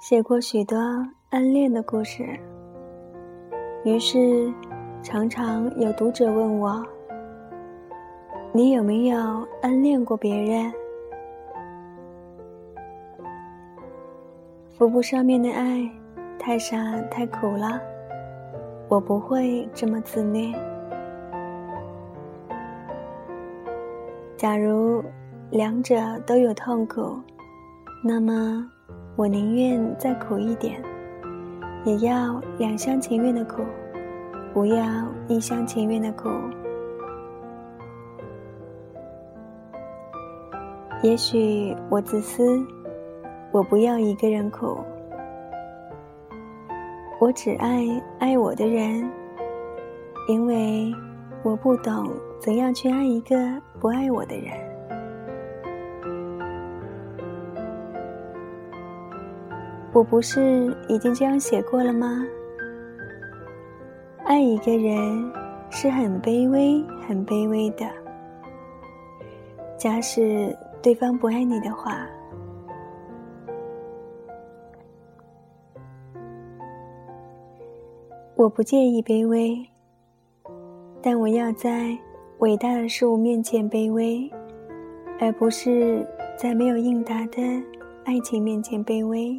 写过许多暗恋的故事，于是常常有读者问我，你有没有暗恋过别人？扶不上面的爱太傻太苦了，我不会这么自虐。假如两者都有痛苦，那么我宁愿再苦一点，也要两厢情愿的苦，不要一厢情愿的苦。也许我自私，我不要一个人苦，我只爱我的人，因为我不懂怎样去爱一个不爱我的人。我不是已经这样写过了吗？爱一个人是很卑微很卑微的，假使对方不爱你的话，我不介意卑微，但我要在伟大的事物面前卑微，而不是在没有应答的爱情面前卑微。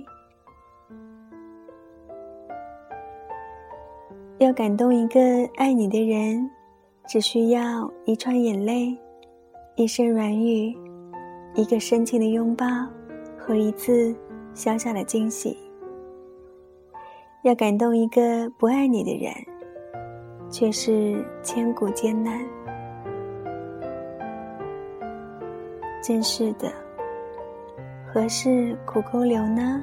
要感动一个爱你的人，只需要一串眼泪，一声软语，一个深情的拥抱和一次小小的惊喜。要感动一个不爱你的人，却是千古艰难。真是的，何事苦空留呢？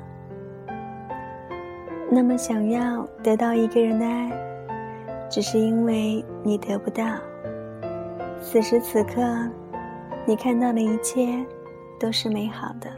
那么想要得到一个人的爱，只是因为你得不到。此时此刻，你看到的一切都是美好的。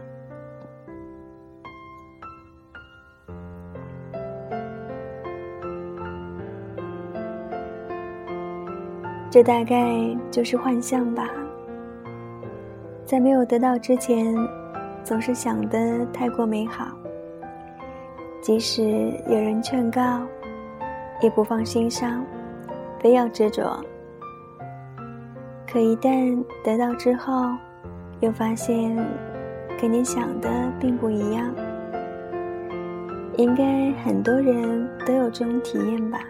这大概就是幻象吧。在没有得到之前，总是想得太过美好，即使有人劝告，也不放心上，非要执着。可一旦得到之后，又发现跟你想的并不一样。应该很多人都有这种体验吧。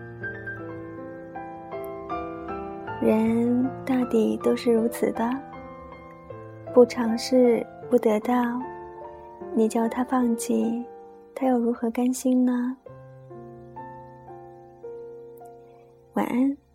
人大抵都是如此的，不尝试不得到，你叫他放弃，他又如何甘心呢？晚安。